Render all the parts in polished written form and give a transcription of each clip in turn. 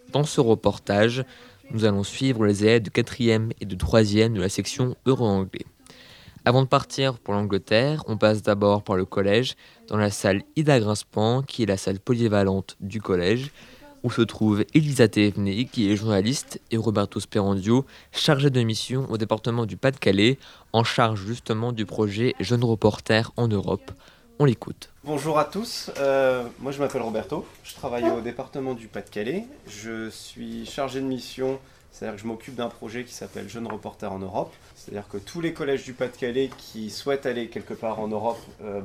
Dans ce reportage, nous allons suivre les élèves de 4e et de 3e de la section Euro-Anglais. Avant de partir pour l'Angleterre, on passe d'abord par le collège, dans la salle Ida Grinspan, qui est la salle polyvalente du collège, où se trouve Elisa Thévenet, qui est journaliste, et Roberto Sperandio, chargé de mission au département du Pas-de-Calais, en charge justement du projet Jeunes Reporters en Europe. On l'écoute. Bonjour à tous, moi je m'appelle Roberto, je travaille au département du Pas-de-Calais, je suis chargé de mission, c'est-à-dire que je m'occupe d'un projet qui s'appelle Jeunes Reporters en Europe, c'est-à-dire que tous les collèges du Pas-de-Calais qui souhaitent aller quelque part en Europe,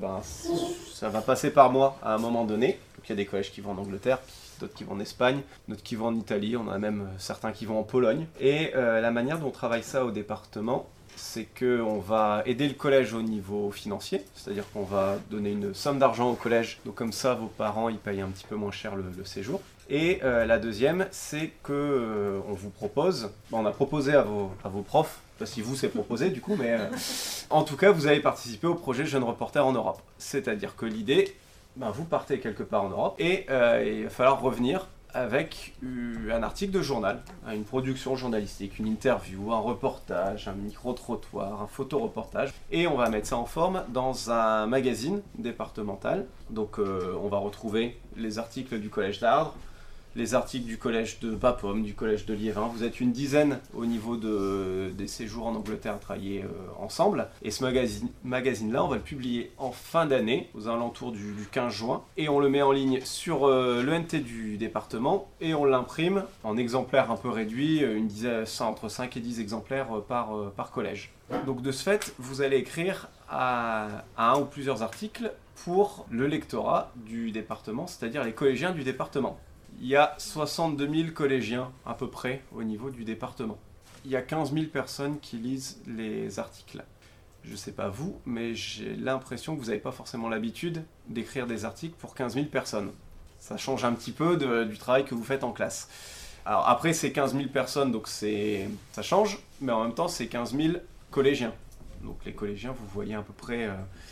ça va passer par moi à un moment donné. Donc il y a des collèges qui vont en Angleterre, d'autres qui vont en Espagne, d'autres qui vont en Italie, on a même certains qui vont en Pologne. Et la manière dont on travaille ça au département, c'est qu'on va aider le collège au niveau financier, c'est-à-dire qu'on va donner une somme d'argent au collège, donc comme ça vos parents ils payent un petit peu moins cher le séjour. Et la deuxième, c'est qu'on vous propose, on a proposé à vos profs, je sais pas si vous c'est proposé du coup, mais en tout cas vous allez participer au projet Jeunes Reporters en Europe. C'est-à-dire que l'idée, vous partez quelque part en Europe et il va falloir revenir avec un article de journal, une production journalistique, une interview, un reportage, un micro-trottoir, un photoreportage. Et on va mettre ça en forme dans un magazine départemental. Donc on va retrouver les articles du collège d'Ardres, les articles du collège de Bapaume, du collège de Liévin. Vous êtes une dizaine au niveau des séjours en Angleterre à travailler ensemble. Et ce magazine-là, on va le publier en fin d'année, aux alentours du 15 juin. Et on le met en ligne sur l'ENT du département et on l'imprime en exemplaires un peu réduits, entre 5 et 10 exemplaires par collège. Donc de ce fait, vous allez écrire à un ou plusieurs articles pour le lectorat du département, c'est-à-dire les collégiens du département. Il y a 62 000 collégiens à peu près au niveau du département. Il y a 15 000 personnes qui lisent les articles. Je ne sais pas vous, mais j'ai l'impression que vous n'avez pas forcément l'habitude d'écrire des articles pour 15 000 personnes. Ça change un petit peu du travail que vous faites en classe. Alors après, c'est 15 000 personnes, donc ça change, mais en même temps, c'est 15 000 collégiens. Donc les collégiens, vous voyez à peu près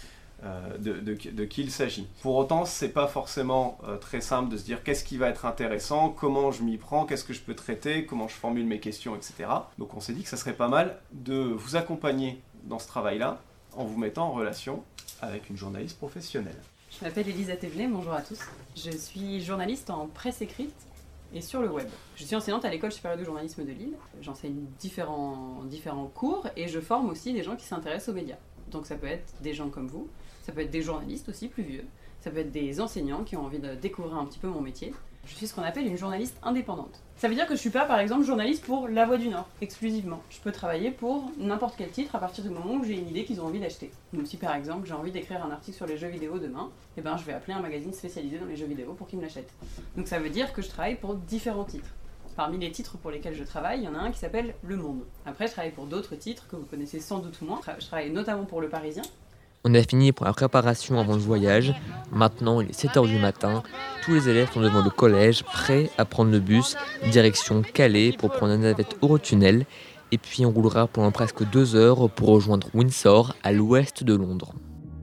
de qui il s'agit. Pour autant, c'est pas forcément très simple de se dire qu'est-ce qui va être intéressant, comment je m'y prends, qu'est-ce que je peux traiter, comment je formule mes questions, etc. Donc on s'est dit que ça serait pas mal de vous accompagner dans ce travail-là en vous mettant en relation avec une journaliste professionnelle. Je m'appelle Elisa Thévenet, bonjour à tous. Je suis journaliste en presse écrite et sur le web. Je suis enseignante à l'École supérieure de journalisme de Lille. J'enseigne différents cours et je forme aussi des gens qui s'intéressent aux médias. Donc ça peut être des gens comme vous, ça peut être des journalistes aussi plus vieux, ça peut être des enseignants qui ont envie de découvrir un petit peu mon métier. Je suis ce qu'on appelle une journaliste indépendante. Ça veut dire que je ne suis pas par exemple journaliste pour La Voix du Nord, exclusivement. Je peux travailler pour n'importe quel titre à partir du moment où j'ai une idée qu'ils ont envie d'acheter. Donc si par exemple j'ai envie d'écrire un article sur les jeux vidéo demain, je vais appeler un magazine spécialisé dans les jeux vidéo pour qu'ils me l'achètent. Donc ça veut dire que je travaille pour différents titres. Parmi les titres pour lesquels je travaille, il y en a un qui s'appelle Le Monde. Après, je travaille pour d'autres titres que vous connaissez sans doute moins. Je travaille notamment pour Le Parisien. On a fini pour la préparation avant le voyage. Maintenant, il est 7h du matin. Tous les élèves sont devant le collège, prêts à prendre le bus, direction Calais pour prendre une navette Eurotunnel. Et puis on roulera pendant presque 2 heures pour rejoindre Windsor, à l'ouest de Londres.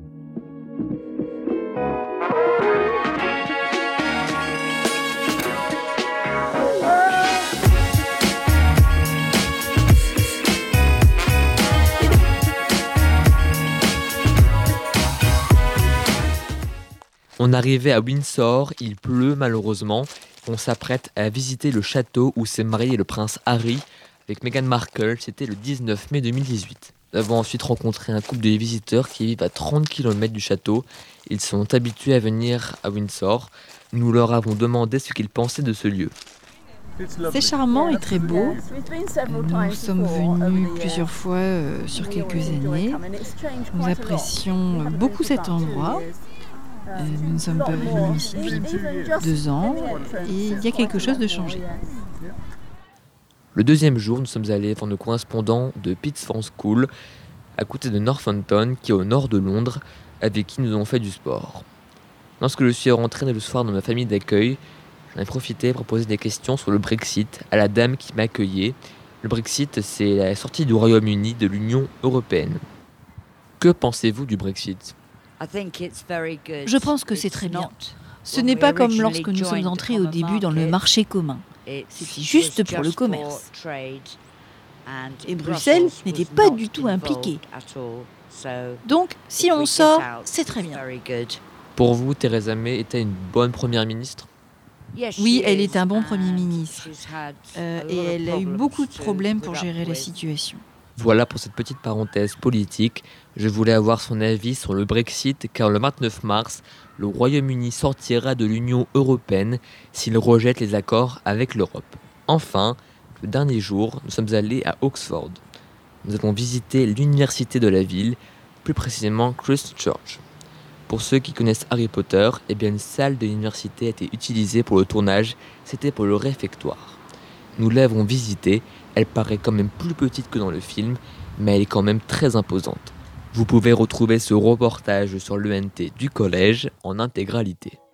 On arrivait à Windsor, il pleut malheureusement. On s'apprête à visiter le château où s'est marié le prince Harry avec Meghan Markle, c'était le 19 mai 2018. Nous avons ensuite rencontré un couple de visiteurs qui vivent à 30 km du château. Ils sont habitués à venir à Windsor. Nous leur avons demandé ce qu'ils pensaient de ce lieu. C'est charmant et très beau. Nous sommes venus plusieurs fois sur quelques années. Nous apprécions beaucoup cet endroit. Nous ne sommes pas venus ici depuis 2 ans et il y a quelque chose de changé. Le deuxième jour, nous sommes allés voir nos correspondants de Pittsford School, à côté de Northampton, qui est au nord de Londres, avec qui nous avons fait du sport. Lorsque je suis rentré le soir dans ma famille d'accueil, j'en ai profité pour poser des questions sur le Brexit à la dame qui m'accueillait. Le Brexit, c'est la sortie du Royaume-Uni de l'Union européenne. Que pensez-vous du Brexit ? Je pense que c'est très bien. Ce n'est pas comme lorsque nous sommes entrés au début dans le marché commun. C'était juste pour le commerce. Et Bruxelles n'était pas du tout impliquée. Donc, si on sort, c'est très bien. Pour vous, Theresa May était une bonne première ministre ? Oui, elle est un bon Premier ministre. Et elle a eu beaucoup de problèmes pour gérer la situation. Voilà pour cette petite parenthèse politique. Je voulais avoir son avis sur le Brexit car le 29 mars, le Royaume-Uni sortira de l'Union européenne s'il rejette les accords avec l'Europe. Enfin, le dernier jour, nous sommes allés à Oxford. Nous avons visité l'université de la ville, plus précisément Christ Church. Pour ceux qui connaissent Harry Potter, eh bien une salle de l'université a été utilisée pour le tournage, c'était pour le réfectoire. Nous l'avons visitée, elle paraît quand même plus petite que dans le film, mais elle est quand même très imposante. Vous pouvez retrouver ce reportage sur l'ENT du collège en intégralité.